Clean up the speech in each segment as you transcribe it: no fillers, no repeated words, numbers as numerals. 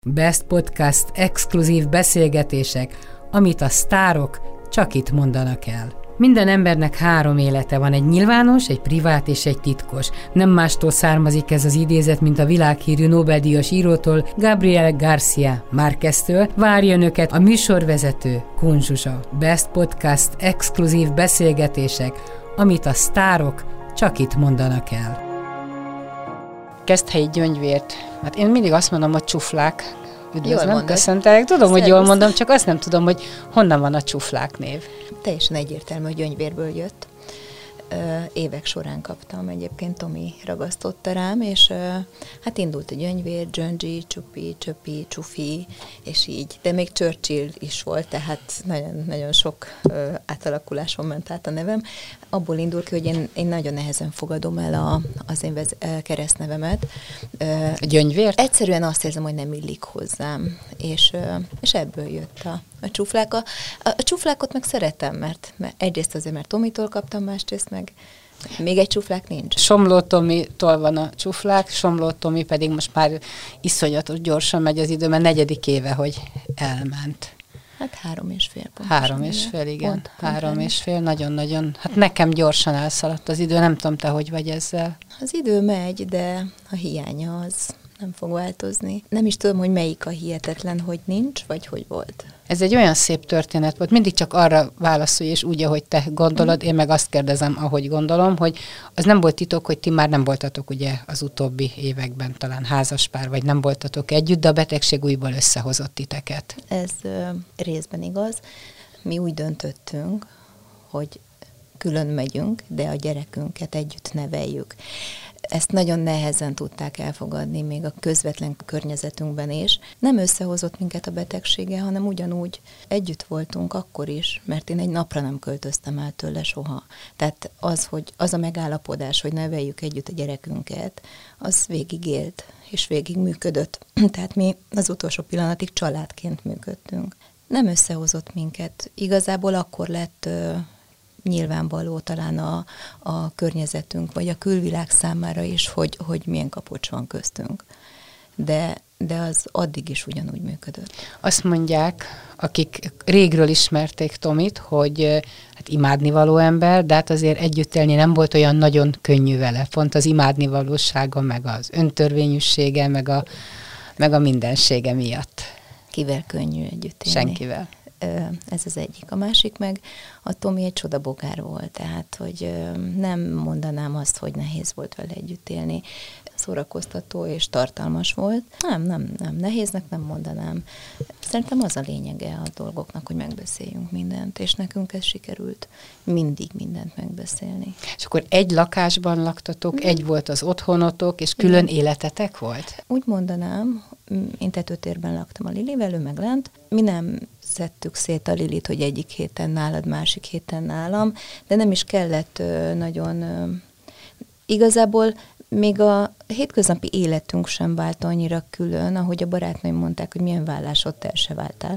Best Podcast exkluzív beszélgetések, amit a sztárok csak itt mondanak el. Minden embernek 3 élete van, egy nyilvános, egy privát és egy titkos. Nem mástól származik ez az idézet, mint a világhírű Nobel-díjas írótól, Gabriel García Márqueztől. Várja önöket a műsorvezető, Kun Zsuzsa. Best Podcast exkluzív beszélgetések, amit a sztárok csak itt mondanak el. Keszthelyi Gyöngyvért. Hát én mindig azt mondom, hogy csuflák. Üdvözlöm, köszöntelek. Tudom, hogy jól mondom, csak azt nem tudom, hogy honnan van a csuflák név. Teljesen egyértelmű, hogy Gyöngyvérből jött. Évek során kaptam, egyébként Tomi ragasztotta rám, és hát indult a Gyöngyvér, Gyöngyi, Csupi, Csöpi, Csufi, és így. De még Churchill is volt, tehát nagyon, nagyon sok átalakuláson ment át a nevem. Abból indul ki, hogy én nagyon nehezen fogadom el az én keresztnevemet. Gyöngyvért? Egyszerűen azt érzem, hogy nem illik hozzám, és ebből jött a csuflák. A csuflákot meg szeretem, mert egyrészt azért, mert Tomitól kaptam, másrészt meg még egy csuflák nincs. Somló Tomitól van a csuflák, Somló Tomi pedig most már iszonyatos gyorsan megy az idő, mert 4. éve, hogy elment. Hát 3,5 pont. 3,5, igen. 3,5, nagyon-nagyon. Hát nekem gyorsan elszaladt az idő, nem tudom, te hogy vagy ezzel. Az idő megy, de a hiánya az nem fog változni. Nem is tudom, hogy melyik a hihetetlen, hogy nincs, vagy hogy volt. Ez egy olyan szép történet volt, mindig csak arra válaszolj, és úgy, ahogy te gondolod, én meg azt kérdezem, ahogy gondolom, hogy az nem volt titok, hogy ti már nem voltatok ugye az utóbbi években talán házaspár, vagy nem voltatok együtt, de a betegség újból összehozott titeket. Ez részben igaz. Mi úgy döntöttünk, hogy külön megyünk, de a gyerekünket együtt neveljük. Ezt nagyon nehezen tudták elfogadni még a közvetlen környezetünkben is. Nem összehozott minket a betegsége, hanem ugyanúgy együtt voltunk akkor is, mert én egy napra nem költöztem el tőle soha. Tehát az a megállapodás, hogy neveljük együtt a gyerekünket, az végig élt, és végig működött. Tehát mi az utolsó pillanatig családként működtünk. Nem összehozott minket. Igazából akkor lett nyilvánvaló talán a környezetünk, vagy a külvilág számára is, hogy milyen kapocs van köztünk. De az addig is ugyanúgy működött. Azt mondják, akik régről ismerték Tomit, hogy hát imádnivaló ember, de hát azért együtt élni nem volt olyan nagyon könnyű vele. Pont az imádnivalósága, meg az öntörvényűsége, meg a mindensége miatt. Kivel könnyű együtt élni? Senkivel. Ez az egyik. A másik meg a Tomi egy csodabogár volt, tehát hogy nem mondanám azt, hogy nehéz volt vele együtt élni. Szórakoztató és tartalmas volt. Nem, nehéznek nem mondanám. Szerintem az a lényege a dolgoknak, hogy megbeszéljünk mindent, és nekünk ez sikerült mindig mindent megbeszélni. És akkor egy lakásban laktatok, egy volt az otthonotok, és külön életetek volt? Úgy mondanám, én tetőtérben laktam a Lilivel, ő meg lent. Mi nem szedtük szét a Lilit, hogy egyik héten nálad, másik héten nálam, de nem is kellett nagyon... Igazából még a hétköznapi életünk sem vált annyira külön, ahogy a barátnőim mondták, hogy milyen vállás, ott el se váltál.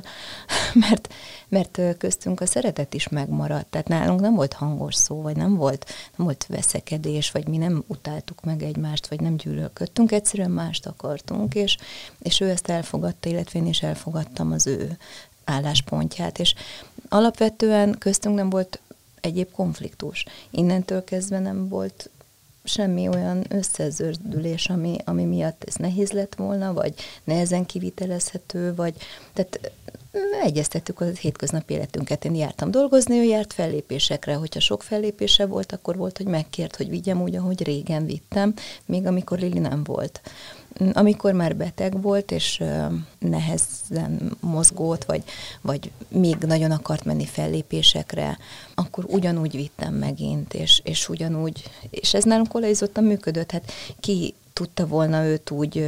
mert köztünk a szeretet is megmaradt. Tehát nálunk nem volt hangos szó, vagy nem volt veszekedés, vagy mi nem utáltuk meg egymást, vagy nem gyűlölködtünk, egyszerűen mást akartunk, és ő ezt elfogadta, illetve én is elfogadtam az ő álláspontját, és alapvetően köztünk nem volt egyéb konfliktus. Innentől kezdve nem volt semmi olyan összezördülés, ami miatt ez nehéz lett volna, vagy nehezen kivitelezhető, vagy tehát egyeztettük az hétköznapi életünket. Én jártam dolgozni, ő járt fellépésekre. Hogyha sok fellépése volt, akkor volt, hogy megkért, hogy vigyem úgy, ahogy régen vittem, még amikor Lili nem volt. Amikor már beteg volt, és nehezen mozgott, vagy még nagyon akart menni fellépésekre, akkor ugyanúgy vittem megint, és ugyanúgy, és ez nálunk olajozottan működött. Hát ki tudta volna őt úgy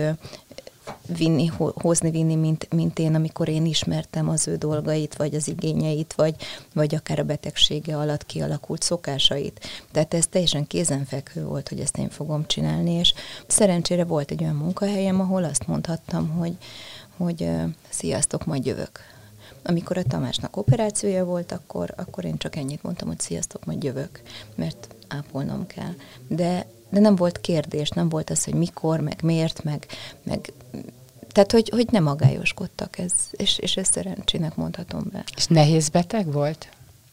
vinni, mint én, amikor én ismertem az ő dolgait, vagy az igényeit, vagy akár a betegsége alatt kialakult szokásait. Tehát ez teljesen kézenfekvő volt, hogy ezt én fogom csinálni, és szerencsére volt egy olyan munkahelyem, ahol azt mondhattam, hogy sziasztok, majd jövök. Amikor a Tamásnak operációja volt, akkor én csak ennyit mondtam, hogy sziasztok, majd jövök, mert ápolnom kell. De nem volt kérdés, nem volt az, hogy mikor, meg miért, meg Tehát, hogy nem agályoskodtak, és ezt szerencsének mondhatom be. És nehéz beteg volt?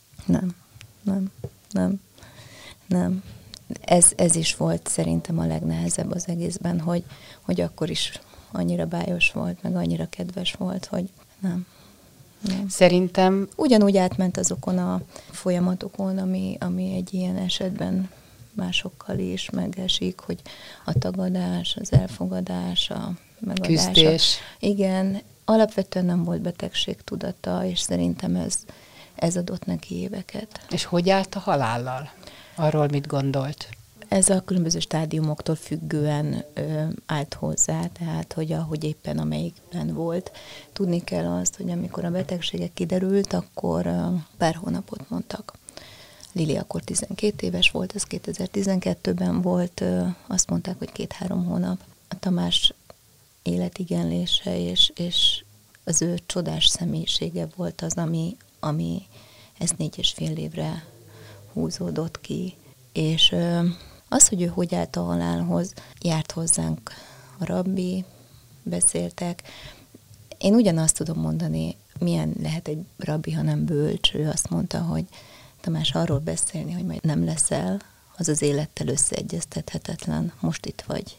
Nem. Ez is volt szerintem a legnehezebb az egészben, hogy akkor is annyira bájos volt, meg annyira kedves volt, hogy nem. Szerintem... Ugyanúgy átment azokon a folyamatokon, ami egy ilyen esetben másokkal is megesik, hogy a tagadás, az elfogadás, a megadása. Küzdés. Igen, alapvetően nem volt betegségtudata, és szerintem ez adott neki éveket. És hogy állt a halállal? Arról mit gondolt? Ez a különböző stádiumoktól függően állt hozzá, tehát hogy ahogy éppen amelyikben volt. Tudni kell azt, hogy amikor a betegsége kiderült, akkor pár hónapot mondtak. Lili akkor 12 éves volt, ez 2012-ben volt, azt mondták, hogy 2-3 hónap. A Tamás életigenlése és az ő csodás személyisége volt az, ami ezt 4,5 évre húzódott ki. És az, hogy ő hogy állt a halálhoz, járt hozzánk a rabbi, beszéltek. Én ugyanazt tudom mondani, milyen lehet egy rabbi, ha nem bölcs. Ő azt mondta, hogy Tamás, arról beszélni, hogy majd nem leszel, az az élettel összeegyeztethetetlen, most itt vagy.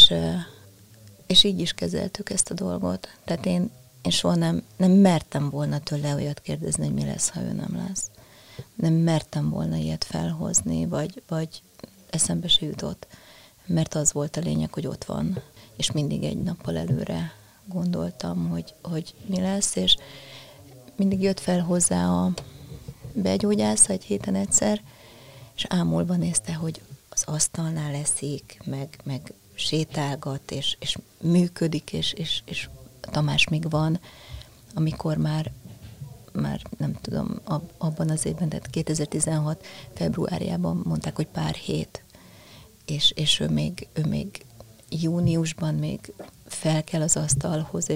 És így is kezeltük ezt a dolgot. Tehát én soha nem mertem volna tőle olyat kérdezni, hogy mi lesz, ha ő nem lesz. Nem mertem volna ilyet felhozni, vagy eszembe se jutott, mert az volt a lényeg, hogy ott van, és mindig egy nappal előre gondoltam, hogy mi lesz, és mindig jött fel hozzá a begyógyász egy héten egyszer, és ámulva nézte, hogy az asztalnál eszik, meg sétálgat, és működik, és Tamás még van, amikor már nem tudom, abban az évben, tehát 2016 februárjában mondták, hogy pár hét, és ő még júniusban még fel kell az asztalhoz,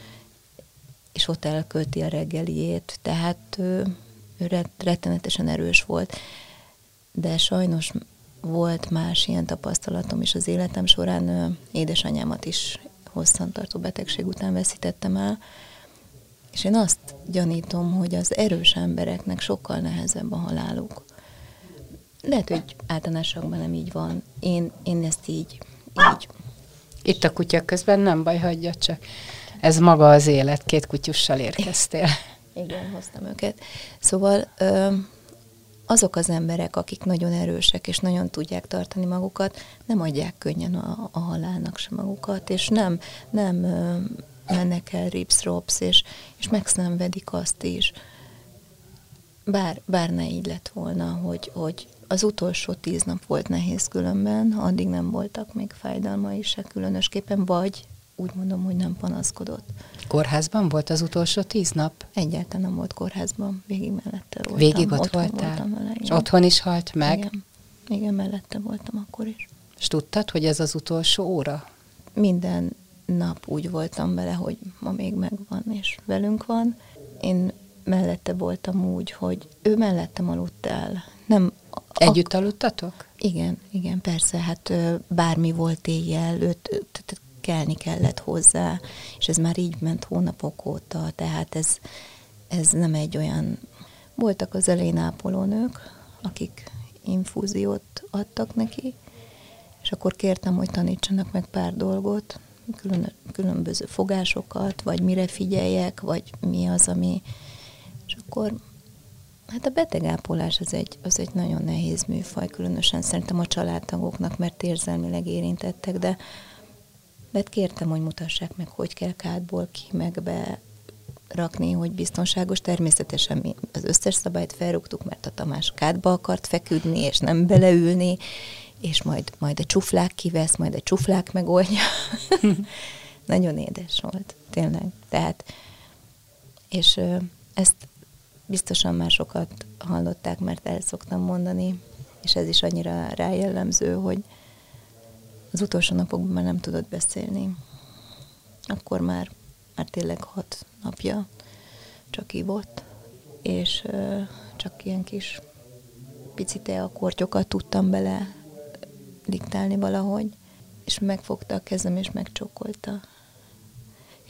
és ott elkölti a reggeliét, tehát ő rettenetesen erős volt, de sajnos volt más ilyen tapasztalatom is az életem során, édesanyámat is hosszantartó betegség után veszítettem el, és én azt gyanítom, hogy az erős embereknek sokkal nehezebb a haláluk. Lehet, hogy általánosságban nem így van. Én ezt így. Itt a kutya közben nem baj, hagyja csak. Ez maga az élet, 2 kutyussal érkeztél. Igen, hoztam őket. Szóval azok az emberek, akik nagyon erősek, és nagyon tudják tartani magukat, nem adják könnyen a halálnak sem magukat, és nem mennek el rips-rops, és megszenvedik azt is. Bár ne így lett volna, hogy az utolsó 10 nap volt nehéz különben, addig nem voltak még fájdalmai se különösképpen, vagy úgy mondom, hogy nem panaszkodott. Kórházban volt az utolsó 10 nap? Egyáltalán nem volt kórházban, végig mellette voltam. Végig ott voltál? Vele, és otthon is halt meg? Igen, mellette voltam akkor is. És tudtad, hogy ez az utolsó óra? Minden nap úgy voltam vele, hogy ma még megvan, és velünk van. Én mellette voltam úgy, hogy ő mellettem aludt el. Együtt aludtatok? Igen, persze, hát bármi volt éjjel, őt kelni kellett hozzá, és ez már így ment hónapok óta, tehát ez nem egy olyan... Voltak az elején ápolónők, akik infúziót adtak neki, és akkor kértem, hogy tanítsanak meg pár dolgot, különböző fogásokat, vagy mire figyeljek, vagy mi az, ami... És akkor... Hát a betegápolás az egy nagyon nehéz műfaj, különösen szerintem a családtagoknak, mert érzelmileg érintettek, de kértem, hogy mutassák meg, hogy kell kádból ki meg berakni, hogy biztonságos. Természetesen mi az összes szabályt felrúgtuk, mert a Tamás kádba akart feküdni, és nem beleülni, és majd a csuflák kivesz, majd a csuflák megoldja. Nagyon édes volt, tényleg. Tehát, és ezt biztosan másokat hallották, mert el szoktam mondani, és ez is annyira rájellemző, hogy az utolsó napokban már nem tudott beszélni. Akkor már tényleg 6 napja csak ívott, és csak ilyen kis pici teakortyokat tudtam bele diktálni valahogy, és megfogta a kezem, és megcsókolta.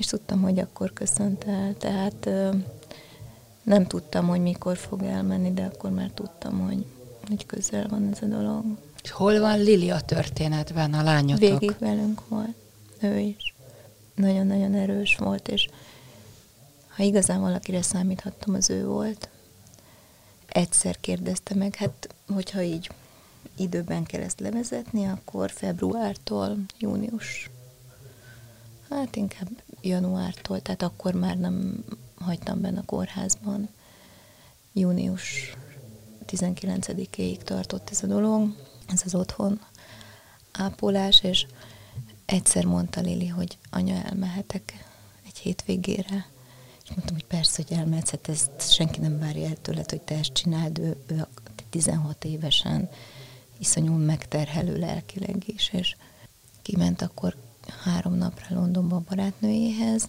és tudtam, hogy akkor köszönt el. Tehát nem tudtam, hogy mikor fog elmenni, de akkor már tudtam, hogy közel van ez a dolog. És hol van Lili a történetben, a lányotok? Végig velünk volt, ő is. Nagyon-nagyon erős volt, és ha igazán valakire számíthattam, az ő volt. Egyszer kérdezte meg, hát hogyha így időben kell ezt levezetni, akkor februártól június. Hát inkább januártól, tehát akkor már nem hagytam benne a kórházban. Június 19-éig tartott ez a dolog, ez az otthon ápolás, és egyszer mondta Lili, hogy anya, elmehetek egy hétvégére. És mondtam, hogy persze, hogy elmehetsz, hát ezt senki nem várja el tőled, hogy te ezt csináld, ő 16 évesen iszonyú megterhelő lelkileg is, és kiment akkor 3 napra Londonba a barátnőjéhez,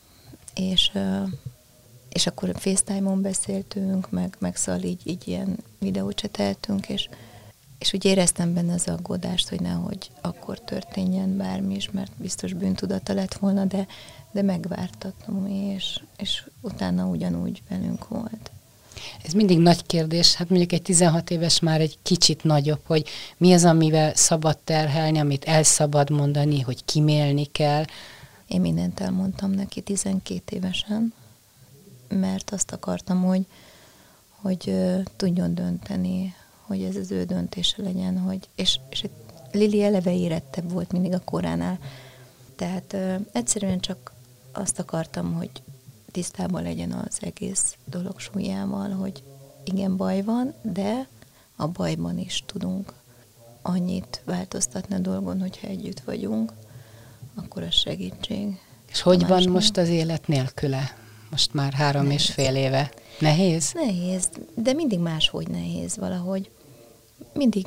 és akkor FaceTime-on beszéltünk, meg szóval így ilyen videócseteltünk, és úgy éreztem benne az aggódást, hogy nehogy akkor történjen bármi is, mert biztos bűntudata lett volna, de megvártatom, és utána ugyanúgy velünk volt. Ez mindig nagy kérdés, hát mondjuk egy 16 éves már egy kicsit nagyobb, hogy mi az, amivel szabad terhelni, amit el szabad mondani, hogy kimélni kell. Én mindent elmondtam neki 12 évesen, mert azt akartam, hogy tudjon dönteni, hogy ez az ő döntése legyen, és Lili eleve érettebb volt mindig a koránál. Tehát egyszerűen csak azt akartam, hogy tisztában legyen az egész dolog súlyával, hogy igen, baj van, de a bajban is tudunk annyit változtatni a dolgon, hogyha együtt vagyunk, akkor az segítség. És hogy van most az élet nélküle? Most már 3,5 éve. Nehéz? Nehéz, de mindig máshogy nehéz valahogy. Mindig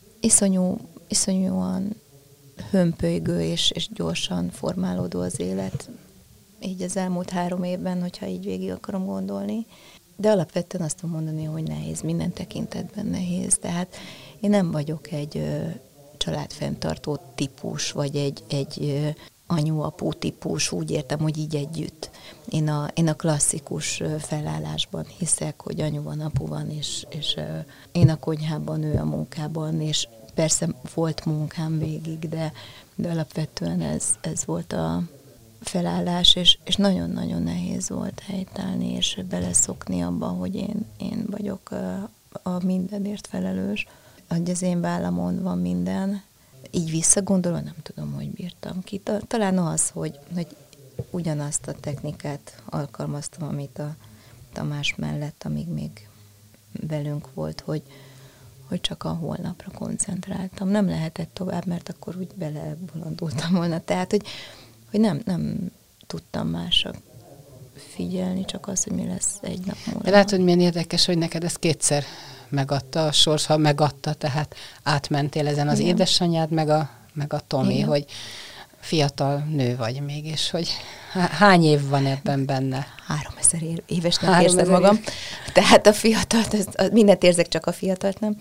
iszonyúan hömpölygő és gyorsan formálódó az élet. Így az elmúlt 3 évben, hogyha így végig akarom gondolni. De alapvetően azt tudom mondani, hogy nehéz, minden tekintetben nehéz. Tehát én nem vagyok egy családfenntartó típus, vagy egy anyu-apu típus, úgy értem, hogy így együtt. Én a klasszikus felállásban hiszek, hogy anyu van, apu van, és én a konyhában, ő a munkában, és persze volt munkám végig, de alapvetően ez volt a felállás, és nagyon-nagyon nehéz volt helytállni, és beleszokni abba, hogy én vagyok a mindenért felelős, hogy az én vállamon van minden. Így visszagondolva nem tudom, hogy bírtam ki. Talán az, hogy ugyanazt a technikát alkalmaztam, amit a Tamás mellett, amíg még velünk volt, hogy csak a holnapra koncentráltam. Nem lehetett tovább, mert akkor úgy belebolondultam volna. Tehát, hogy nem tudtam másra figyelni, csak az, hogy mi lesz egy nap múlva. De látod, milyen érdekes, hogy neked ezt 2-szer megadta a sors, ha megadta, tehát átmentél ezen az édesanyád, meg a Tomi, igen, hogy fiatal nő vagy még, és hogy hány év van ebben benne? 3000 évesnek érzem magam. Tehát a fiatalt, mindent érzek, csak a fiatalt nem.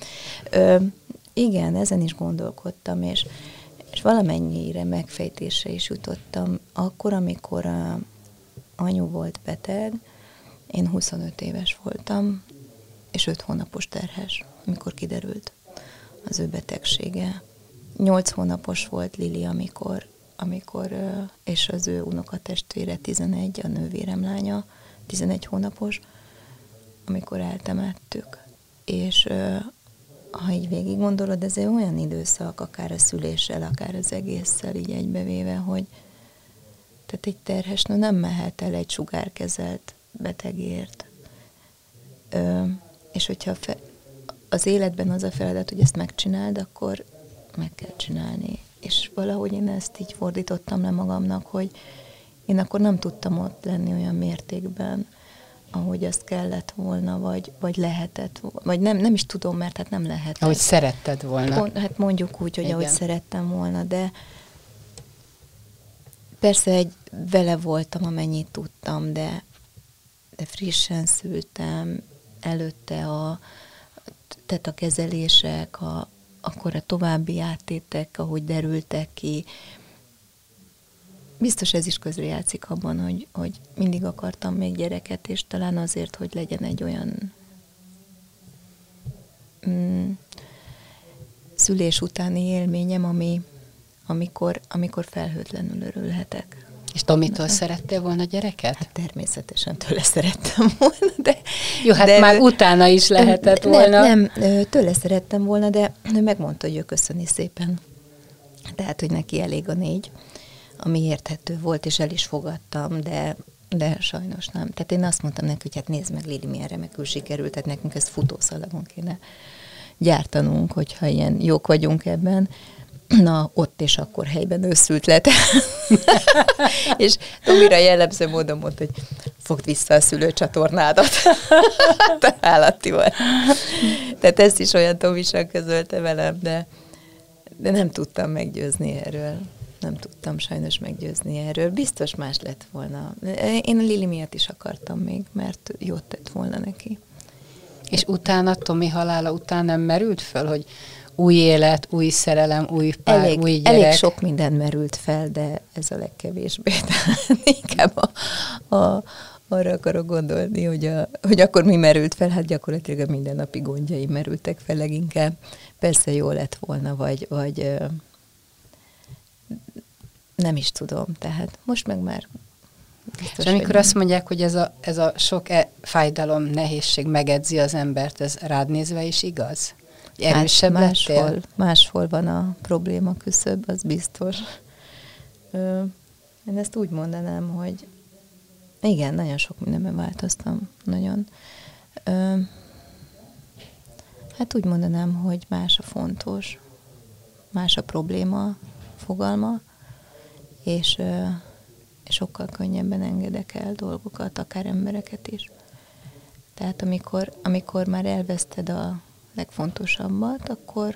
Igen, ezen is gondolkodtam, és valamennyire megfejtésre is jutottam. Akkor, amikor anyu volt beteg, én 25 éves voltam, és 5 hónapos terhes, amikor kiderült az ő betegsége. 8 hónapos volt Lili, amikor és az ő unokatestvére 11, a nővéremlánya, 11 hónapos, amikor eltemettük. És ha így végig gondolod, ez egy olyan időszak, akár a szüléssel, akár az egésszel így egybevéve, hogy tehát egy terhes nő nem mehet el egy sugárkezelt betegért. És hogyha az életben az a feladat, hogy ezt megcsináld, akkor meg kell csinálni. És valahogy én ezt így fordítottam le magamnak, hogy én akkor nem tudtam ott lenni olyan mértékben, ahogy azt kellett volna, vagy lehetett, vagy nem is tudom, mert hát nem lehetett. Ahogy szeretted volna. Hát mondjuk úgy, hogy igen, ahogy szerettem volna, de persze vele voltam, amennyit tudtam, de frissen szültem, előtte tehát a kezelések, akkor a további áttétek, ahogy derültek ki, biztos ez is közrejátszik abban, hogy mindig akartam még gyereket, és talán azért, hogy legyen egy olyan szülés utáni élményem, amikor felhőtlenül örülhetek. És Tomitól szerettél volna gyereket? Hát természetesen tőle szerettem volna, de... Jó, hát már utána is lehetett volna. Nem, tőle szerettem volna, de megmondta, hogy ő köszöni szépen. Tehát, hogy neki elég a 4, ami érthető volt, és el is fogadtam, de sajnos nem. Tehát én azt mondtam neki, hogy hát nézd meg, Lili, milyen remekül sikerült, tehát nekünk ezt futószalagon kéne gyártanunk, hogyha ilyen jók vagyunk ebben. Na, ott és akkor helyben őszült lett. És Tomira jellemző módon mondta, hogy fogd vissza a szülőcsatornádat. Állati volt. Tehát ezt is olyan Tomisan közölte velem, de nem tudtam meggyőzni erről. Nem tudtam sajnos meggyőzni erről. Biztos más lett volna. Én a Lili miatt is akartam még, mert jót tett volna neki. És utána, Tomi halála után nem merült föl, hogy új élet, új szerelem, új pár, új gyerek? Elég sok minden merült fel, de ez a legkevésbé. Inkább arra akarok gondolni, hogy akkor mi merült fel, hát gyakorlatilag a mindennapi gondjaim merültek fel leginkább. Persze jó lett volna, vagy nem is tudom, tehát most meg már biztos, és amikor azt mondják, hogy ez a sok fájdalom, nehézség megedzi az embert, ez rád nézve is igaz? Erősebb hát máshol van a probléma küszöb, az biztos. Én ezt úgy mondanám, hogy igen, nagyon sok mindenben változtam. Nagyon. Hát úgy mondanám, hogy más a fontos, más a probléma fogalma, és sokkal könnyebben engedek el dolgokat, akár embereket is. Tehát amikor már elveszted a legfontosabbat,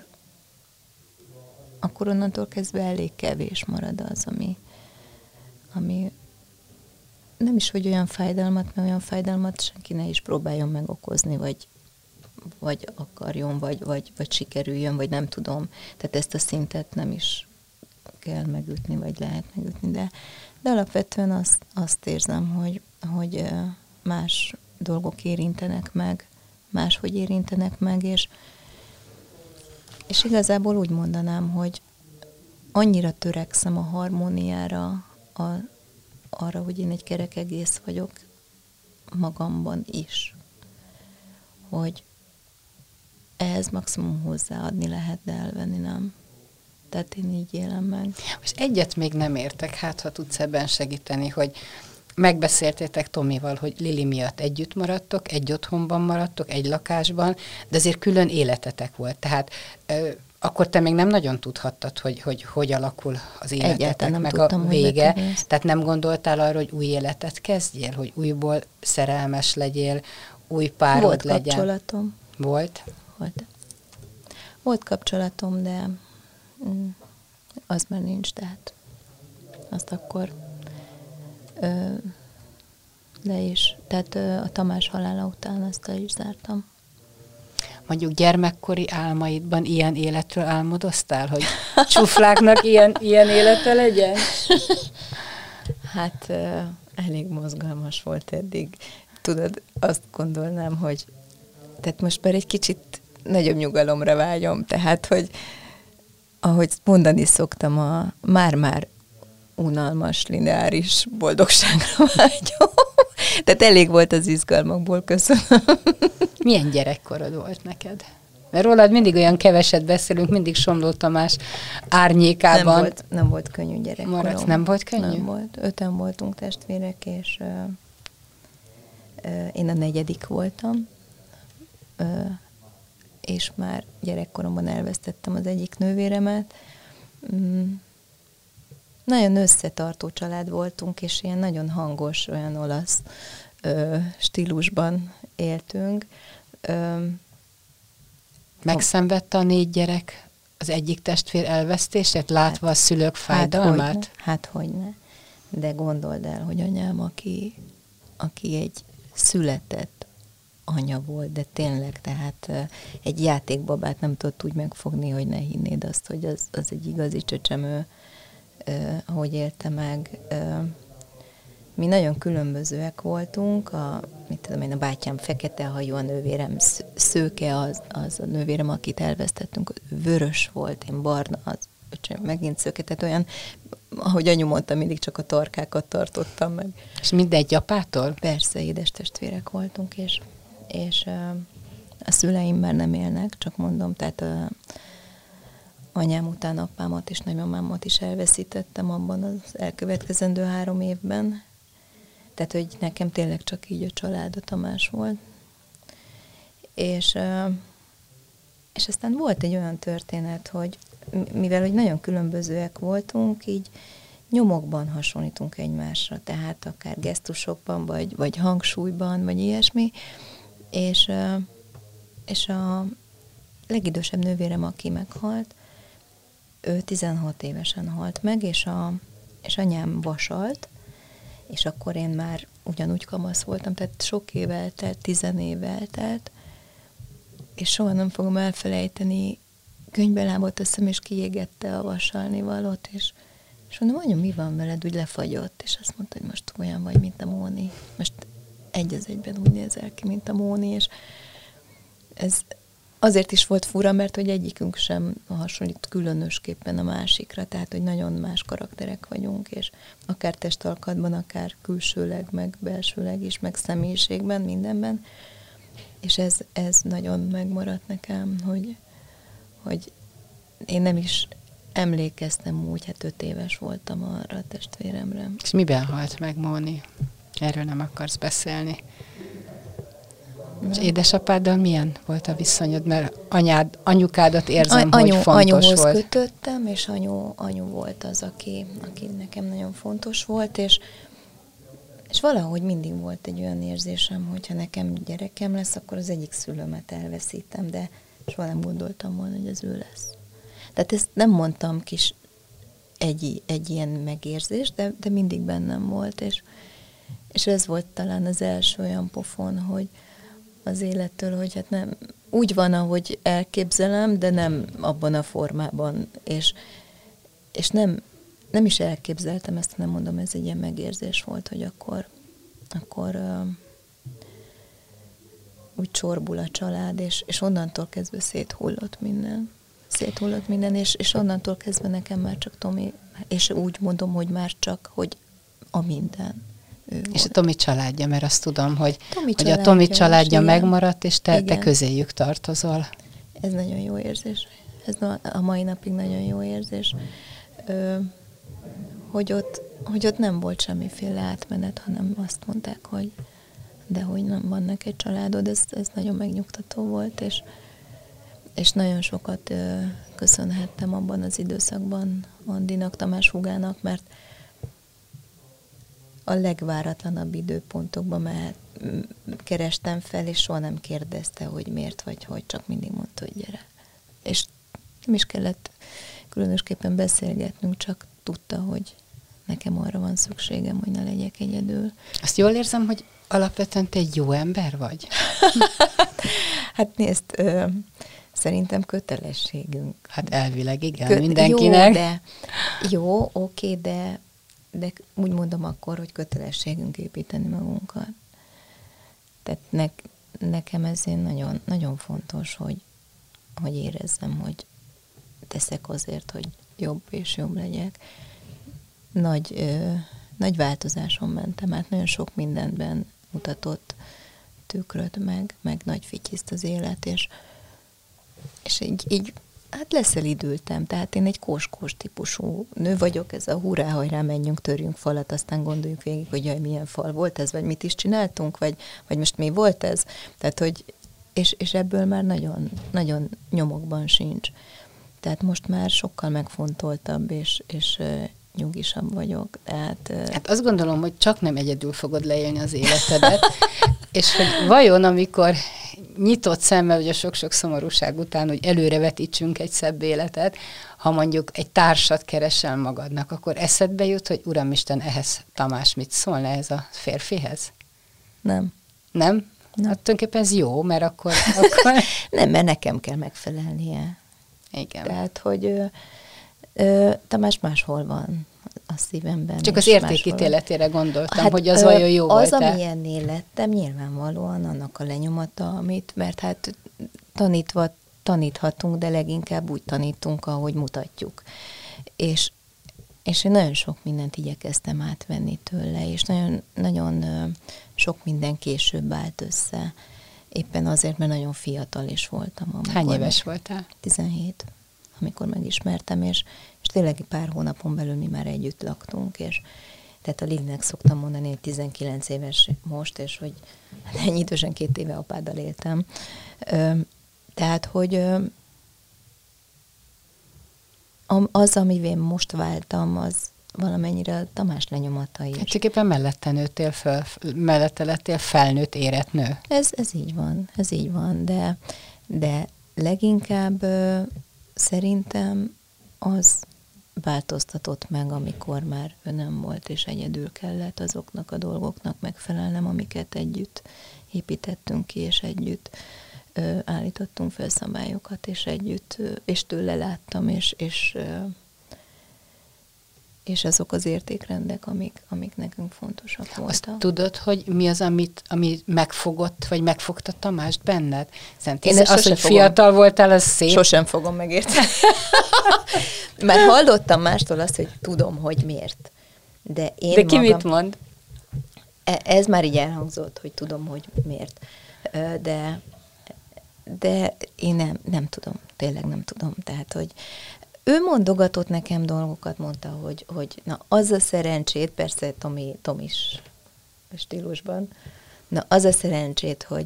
akkor onnantól kezdve elég kevés marad az, ami nem is, hogy olyan fájdalmat, mert olyan fájdalmat senki ne is próbáljon megokozni, vagy akarjon, vagy sikerüljön, vagy nem tudom. Tehát ezt a szintet nem is kell megütni, vagy lehet megütni, de alapvetően azt érzem, hogy más dolgok érintenek meg, máshogy érintenek meg, és igazából úgy mondanám, hogy annyira törekszem a harmóniára, arra, hogy én egy kerek egész vagyok magamban is, hogy ehhez maximum hozzáadni lehet, de elvenni nem. Tehát én így élem meg. Most egyet még nem értek, hát ha tudsz ebben segíteni, hogy megbeszéltétek Tomival, hogy Lili miatt együtt maradtok, egy otthonban maradtok, egy lakásban, de azért külön életetek volt. Tehát akkor te még nem nagyon tudhattad, hogy alakul az életetek, meg tudtam, a vége. Tehát nem gondoltál arra, hogy új életet kezdjél, hogy újból szerelmes legyél, új párod legyen? Volt kapcsolatom. Volt? Volt kapcsolatom, de az már nincs, tehát azt akkor le is, tehát a Tamás halála után azt le is zártam. Mondjuk gyermekkori álmaidban ilyen életről álmodoztál, hogy csufláknak ilyen élete legyen? Hát elég mozgalmas volt eddig. Tudod, azt gondolnám, hogy tehát most már egy kicsit nagyobb nyugalomra vágyom, tehát, hogy ahogy mondani szoktam, a már-már unalmas, lineáris boldogságra vágyom. Tehát elég volt az izgalmakból, köszönöm. Milyen gyerekkorod volt neked? Mert rólad mindig olyan keveset beszélünk, mindig Somló Tamás árnyékában. Nem volt könnyű gyerekkorom. Maradsz, nem volt könnyű? Nem volt. 5-en voltunk testvérek, és én a 4. voltam, és már gyerekkoromban elvesztettem az egyik nővéremet. Nagyon összetartó család voltunk, és ilyen nagyon hangos, olyan olasz stílusban éltünk. Megszenvedte a 4 gyerek az egyik testvér elvesztését, látva a szülők fájdalmát? Hát hogyne. De gondold el, hogy anyám, aki egy született anya volt, de tényleg, tehát egy játékbabát nem tudott úgy megfogni, hogy ne hinnéd azt, hogy az egy igazi csecsemő hogy élte meg. Mi nagyon különbözőek voltunk, mit tudom én, a bátyám fekete hajú, a nővérem szőke, az a nővérem, akit elvesztettünk, vörös volt, én barna, az öcsém megint szőke, tehát olyan, ahogy anyu mondta, mindig csak a torkákat tartottam meg. És mindegy apától? Persze, édes testvérek voltunk, és a szüleim már nem élnek, csak mondom, tehát anyám után apámat és nagymamámat is elveszítettem abban az elkövetkezendő 3 évben. Tehát, hogy nekem tényleg csak így a család, a Tamás volt. És aztán volt egy olyan történet, hogy mivel hogy nagyon különbözőek voltunk, így nyomokban hasonlítunk egymásra, tehát akár gesztusokban, vagy hangsúlyban, vagy ilyesmi. És a legidősebb nővérem, aki meghalt, ő 16 évesen halt meg, és anyám vasalt, és akkor én már ugyanúgy kamasz voltam, tehát sok év eltelt, 10 év eltelt, és soha nem fogom elfelejteni, könyvbe lábolt a szem, és kiégette a vasalnivalót, és mondom, anyu, mi van veled, úgy lefagyott, és azt mondta, hogy most olyan vagy, mint a Móni. Most egy az egyben úgy nézel ki, mint a Móni, és ez azért is volt fura, mert hogy egyikünk sem hasonlít különösképpen a másikra, tehát, hogy nagyon más karakterek vagyunk, és akár testalkatban, akár külsőleg, meg belsőleg is, meg személyiségben, mindenben. És ez nagyon megmaradt nekem, hogy én nem is emlékeztem úgy, hát 5 éves voltam arra a testvéremre. És miben halt meg Móni? Erről nem akarsz beszélni. És édesapáddal milyen volt a viszonyod? Mert anyukádat érzem, hogy fontos anyuhoz volt. kötöttem, és anyu volt az, aki nekem nagyon fontos volt, és valahogy mindig volt egy olyan érzésem, hogyha nekem gyerekem lesz, akkor az egyik szülőmet elveszítem, de soha nem gondoltam volna, hogy az ő lesz. Tehát ezt nem mondtam kis egy ilyen megérzés, de mindig bennem volt, és ez volt talán az első olyan pofon, hogy az élettől, hogy hát nem, úgy van, ahogy elképzelem, de nem abban a formában, és nem is elképzeltem ezt, nem mondom, ez egy ilyen megérzés volt, hogy akkor úgy csorbul a család, és onnantól kezdve széthullott minden, és onnantól kezdve nekem már csak Tomi, és úgy mondom, hogy már csak, hogy a minden. És a Tomi családja, mert azt tudom, hogy a Tomi Tomi családja megmaradt, és te igen. közéjük tartozol. Ez nagyon jó érzés. Ez a mai napig nagyon jó érzés. Hogy ott nem volt semmiféle átmenet, hanem azt mondták, hogy nem van neked családod, ez nagyon megnyugtató volt, és nagyon sokat köszönhettem abban az időszakban Andinak, Tamás húgának, mert a legváratlanabb időpontokban kerestem fel, és soha nem kérdezte, hogy miért vagy hogy, csak mindig mondta, hogy gyere. És nem is kellett különösképpen beszélgetnünk, csak tudta, hogy nekem arra van szükségem, hogy ne legyek egyedül. Azt jól érzem, hogy alapvetően te egy jó ember vagy? Hát nézd, szerintem kötelességünk. Hát elvileg igen, mindenkinek. Jó, oké, de úgy mondom akkor, hogy kötelességünk építeni magunkat. Tehát nekem ez nagyon, nagyon fontos, hogy érezzem, hogy teszek azért, hogy jobb és jobb legyek. Nagy változáson mentem át, nagyon sok mindenben mutatott tükröt meg nagy fityiszt az élet, és így hát leszelidültem, tehát én egy kóskós típusú nő vagyok, ez a hurrá, hajrá, menjünk, törjünk falat, aztán gondoljuk végig, hogy jaj, milyen fal volt ez, vagy mit is csináltunk, vagy most mi volt ez, tehát hogy, és ebből már nagyon, nagyon nyomokban sincs. Tehát most már sokkal megfontoltabb, és nyugisabb vagyok. Hát azt gondolom, hogy csak nem egyedül fogod leélni az életedet, és hogy vajon, amikor nyitott szemmel, hogy a sok-sok szomorúság után, hogy előrevetítsünk egy szebb életet, ha mondjuk egy társat keresel magadnak, akkor eszedbe jut, hogy Uramisten, ehhez Tamás mit szólna, ez a férfihez? Nem. Nem? Hát tulajdonképpen ez jó, mert akkor... Nem, mert nekem kell megfelelnie. Igen. Tehát, hogy Tamás máshol van a szívemben. Csak az értékítéletére gondoltam, hogy az vajon jó volt-e? Az, amilyennél lettem, nyilvánvalóan annak a lenyomata, mert hát taníthatunk, de leginkább úgy tanítunk, ahogy mutatjuk. És én nagyon sok mindent igyekeztem átvenni tőle, és nagyon, nagyon sok minden később állt össze. Éppen azért, mert nagyon fiatal is voltam. Hány éves voltál? 17, amikor megismertem, és tényleg pár hónapon belül mi már együtt laktunk, és tehát a Lilinek szoktam mondani, hogy 19 éves most, és hogy ennyi idősen 2 éve apáddal éltem. Tehát, hogy az, amivé most váltam, az valamennyire a Tamás lenyomata is. Hát csak éppen mellette lettél felnőtt, érett nő. Ez így van, de leginkább szerintem az változtatott meg, amikor már ő nem volt, és egyedül kellett azoknak a dolgoknak megfelelnem, amiket együtt építettünk ki, és együtt állítottunk fel szabályokat, és együtt, és tőle láttam, és azok az értékrendek, amik nekünk fontosak voltak. Azt tudod, hogy mi az, ami megfogott, vagy megfogta Tamást benned? Én az, hogy fiatal voltál, az szép. Sosem fogom megérteni. Már hallottam mástól azt, hogy tudom, hogy miért. De ki magam, mit mond? Ez már így elhangzott, hogy tudom, hogy miért. De én nem tudom, tényleg nem tudom. Tehát, hogy ő mondogatott nekem dolgokat, mondta, hogy na az a szerencsét, persze Tom is stílusban, na az a szerencsét, hogy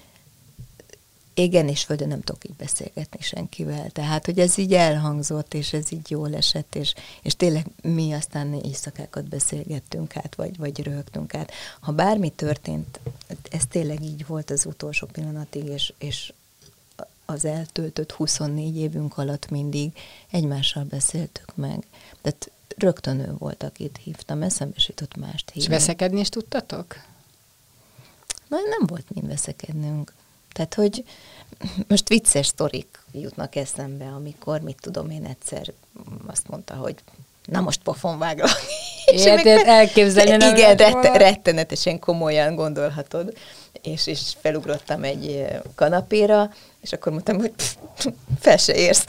égen és földön nem tudok így beszélgetni senkivel. Tehát, hogy ez így elhangzott, és ez így jól esett, és tényleg mi aztán éjszakákat beszélgettünk át, vagy röhögtünk át. Ha bármi történt, ez tényleg így volt az utolsó pillanatig, és az eltöltött 24 évünk alatt mindig egymással beszéltük meg. Tehát rögtön ő volt, akit hívtam, eszembe se jutott mást hívni. És veszekedni is tudtatok? Na, nem volt mind veszekednünk. Tehát, hogy most vicces sztorik jutnak eszembe, amikor, mit tudom én, egyszer azt mondta, hogy na most pofon váglak. Elképzelni. Igen, rettenetesen komolyan gondolhatod. És felugrottam egy kanapéra, és akkor mondtam, hogy fel se érsz.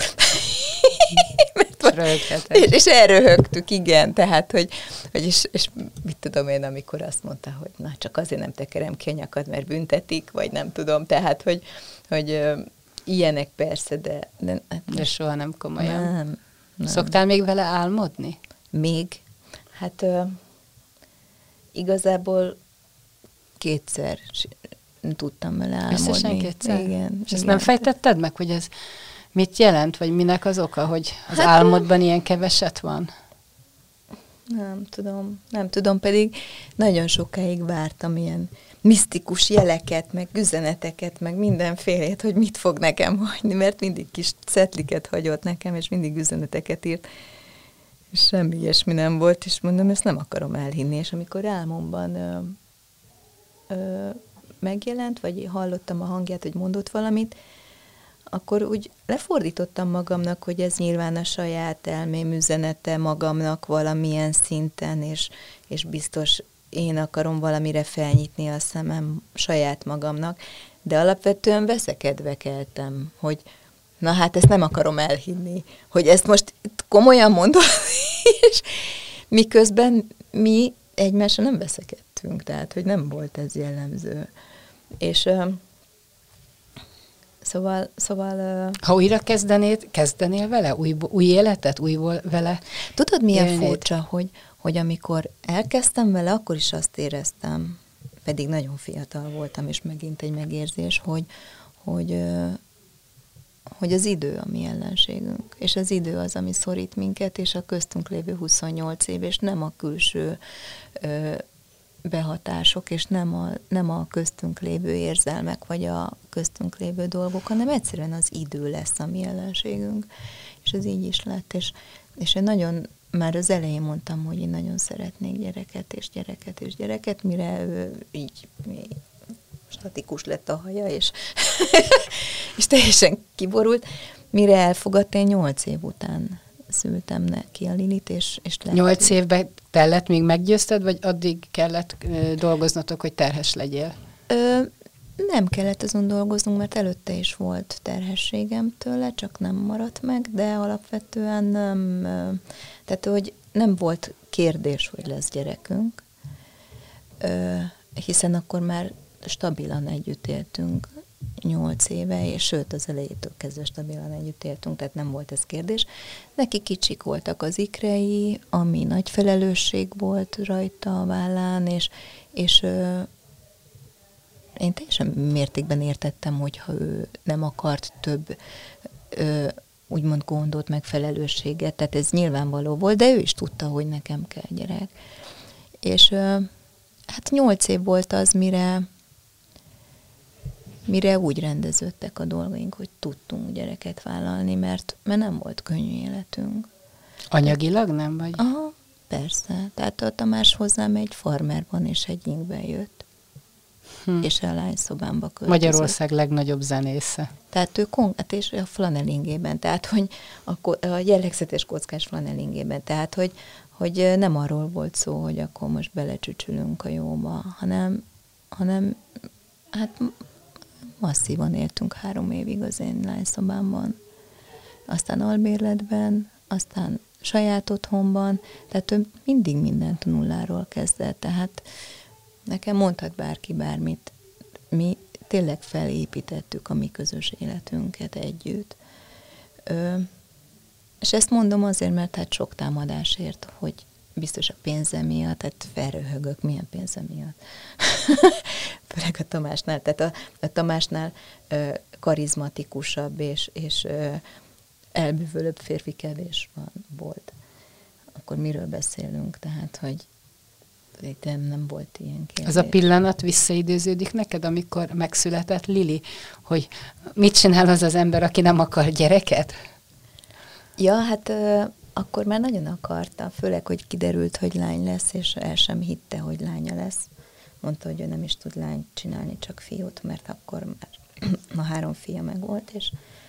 És elröhögtük, igen, tehát, hogy és mit tudom én, amikor azt mondta, hogy na, csak azért nem tekerem ki a nyakad, mert büntetik, vagy nem tudom, tehát, hogy ilyenek persze, de soha nem komolyan. Nem. Szoktál még vele álmodni? Még? Hát igazából 2-szer tudtam vele álmodni. Összesen 2-szer? Igen. És ezt nem fejtetted meg, hogy ez mit jelent, vagy minek az oka, hogy az álmodban ilyen keveset van? Nem tudom, pedig nagyon sokáig vártam ilyen misztikus jeleket, meg üzeneteket, meg mindenfélét, hogy mit fog nekem hagyni, mert mindig kis cetliket hagyott nekem, és mindig üzeneteket írt, és semmi ilyesmi nem volt, és mondom, ezt nem akarom elhinni, és amikor álmomban megjelent, vagy hallottam a hangját, hogy mondott valamit, akkor úgy lefordítottam magamnak, hogy ez nyilván a saját elmém üzenete magamnak valamilyen szinten, és biztos én akarom valamire felnyitni a szemem saját magamnak, de alapvetően veszekedve keltem, hogy na hát ezt nem akarom elhinni, hogy ezt most komolyan mondom, és miközben mi egymásra nem veszekedtünk, tehát hogy nem volt ez jellemző. És szóval ha újra kezdenél vele? Új életet? Újból vele? Tudod, milyen furcsa, hogy amikor elkezdtem vele, akkor is azt éreztem, pedig nagyon fiatal voltam, és megint egy megérzés, hogy az idő a mi ellenségünk, és az idő az, ami szorít minket, és a köztünk lévő 28 év, és nem a külső behatások, és nem a köztünk lévő érzelmek, vagy a köztünk lévő dolgok, hanem egyszerűen az idő lesz a mi ellenségünk. És ez így is lett, és én nagyon, már az elején mondtam, hogy én nagyon szeretnék gyereket, mire ő így statikus lett a haja, és teljesen kiborult, mire elfogadta, én 8 év után szültem neki a Lilit, és lett. 8 évben tellett, még meggyőzted, vagy addig kellett dolgoznatok, hogy terhes legyél? Nem kellett azon dolgoznunk, mert előtte is volt terhességem tőle, csak nem maradt meg, de alapvetően nem, tehát hogy nem volt kérdés, hogy lesz gyerekünk, hiszen akkor már stabilan együtt éltünk 8 éve, és sőt az elejétől kezdve stabilan együtt éltünk, tehát nem volt ez kérdés. Neki kicsik voltak az ikrei, ami nagy felelősség volt rajta a vállán, és én teljesen mértékben értettem, hogyha ő nem akart több úgymond gondot, meg felelősséget, tehát ez nyilvánvaló volt, de ő is tudta, hogy nekem kell gyerek. És hát 8 év volt az, mire úgy rendeződtek a dolgaink, hogy tudtunk gyereket vállalni, mert nem volt könnyű életünk. Anyagilag nem vagy? Aha, persze. Tehát a Tamás hozzám egy farmerban és egy nyingben jött. És a lányszobámba költözött. Magyarország legnagyobb zenésze. Tehát ő és a flanelingében, tehát hogy a jellegzetes kockás flanelingében, tehát hogy nem arról volt szó, hogy akkor most belecsücsülünk a jóba, hanem hát masszívan éltünk 3 évig az én lányszobámban, aztán albérletben, aztán saját otthonban, tehát ő mindig mindent nulláról kezdett, tehát nekem mondhat bárki bármit, mi tényleg felépítettük a mi közös életünket együtt. És ezt mondom azért, mert hát sok támadásért, hogy biztos a pénze miatt, tehát felröhögök, milyen pénze miatt. Főleg a Tamásnál, tehát a Tamásnál karizmatikusabb és elbűvölőbb férfi kevés volt. Akkor miről beszélünk? Tehát, hogy nem volt ilyen kérdés. Az a pillanat visszaidőződik neked, amikor megszületett Lili, hogy mit csinál az az ember, aki nem akar gyereket? Ja, hát akkor már nagyon akarta, főleg, hogy kiderült, hogy lány lesz, és el sem hitte, hogy lánya lesz. Mondta, hogy ő nem is tud lányt csinálni, csak fiút, mert akkor már 3 fia meg volt, és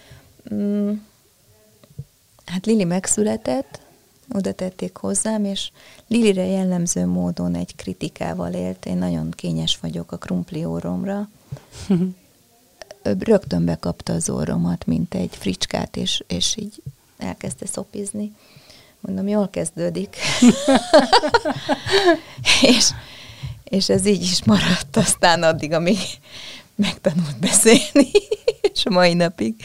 hát Lili megszületett, oda tették hozzám, és Lilire jellemző módon egy kritikával élt. Én nagyon kényes vagyok a krumpli orromra. Rögtön bekapta az orromat, mint egy fricskát, és így elkezdte szopizni. Mondom, jól kezdődik. és ez így is maradt aztán addig, amíg megtanult beszélni, és a mai napig.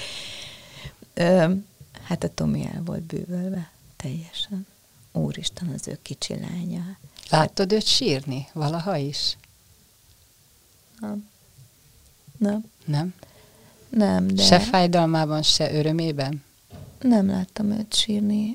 Hát a Tomi el volt bűvölve. Teljesen. Úristen, az ő kicsi lánya. Láttad őt sírni valaha is? Nem? Nem, de... Se fájdalmában, se örömében? Nem láttam őt sírni.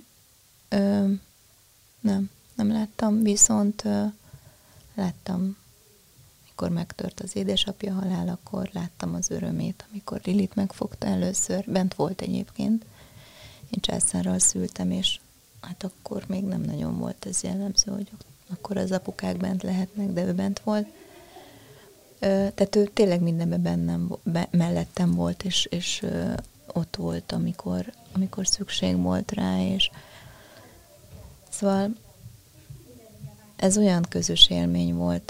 Nem láttam, viszont láttam, mikor megtört az édesapja halálakor, láttam az örömét, amikor Lilit megfogta először. Bent volt egyébként. Én császárral szültem, és hát akkor még nem nagyon volt ez jellemző, hogy akkor az apukák bent lehetnek, de ő bent volt. Tehát ő tényleg mindenben mellettem volt, és ott volt, amikor szükség volt rá, és szóval ez olyan közös élmény volt,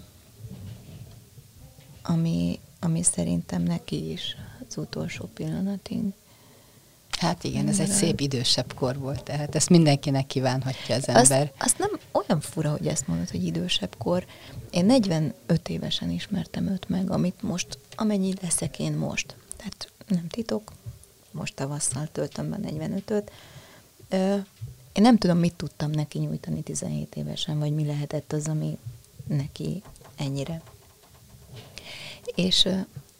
ami szerintem neki is az utolsó pillanatig. Hát igen, ez egy szép idősebb kor volt, tehát ezt mindenkinek kívánhatja az ember. Azt nem olyan fura, hogy ezt mondod, hogy idősebb kor. Én 45 évesen ismertem őt meg, amennyi leszek én most. Tehát nem titok, most tavasszal töltöm be 45-öt. Én nem tudom, mit tudtam neki nyújtani 17 évesen, vagy mi lehetett az, ami neki ennyire. És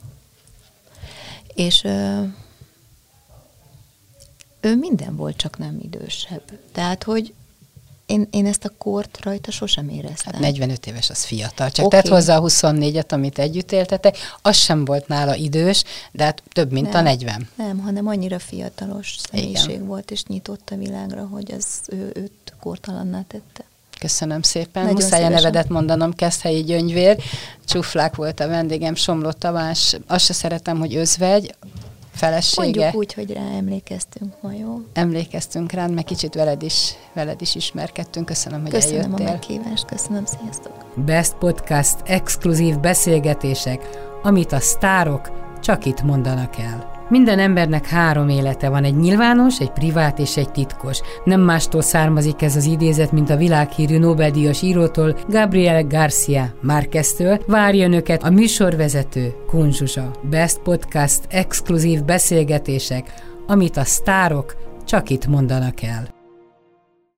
ő minden volt, csak nem idősebb. Tehát, hogy én ezt a kort rajta sosem éreztem. Hát 45 éves az fiatal, csak tett hozzá a 24-et, amit együtt éltetek, az sem volt nála idős, de hát több, mint a 40. Nem, hanem annyira fiatalos személyiség volt, és nyitott a világra, hogy az őt kortalanná tette. Köszönöm szépen. Nagyon Muszáj szívesen. a nevedet mondanom, Keszthelyi Gyöngyvér. Csuflák volt a vendégem, Somló Tamás. Azt se szeretem, hogy özvegy. felesége. Mondjuk úgy, hogy rá emlékeztünk ma, jó? Emlékeztünk rá, meg kicsit veled is ismerkedtünk. Köszönöm, hogy eljöttél. Köszönöm a meghívást, köszönöm, sziasztok! Best Podcast exkluzív beszélgetések, amit a sztárok csak itt mondanak el. Minden embernek 3 élete van, egy nyilvános, egy privát és egy titkos. Nem mástól származik ez az idézet, mint a világhírű Nobel-díjas írótól, Gabriel García Márqueztől. Várja önöket a műsorvezető, Kun Zsuzsa. Best Podcast exkluzív beszélgetések, amit a sztárok csak itt mondanak el.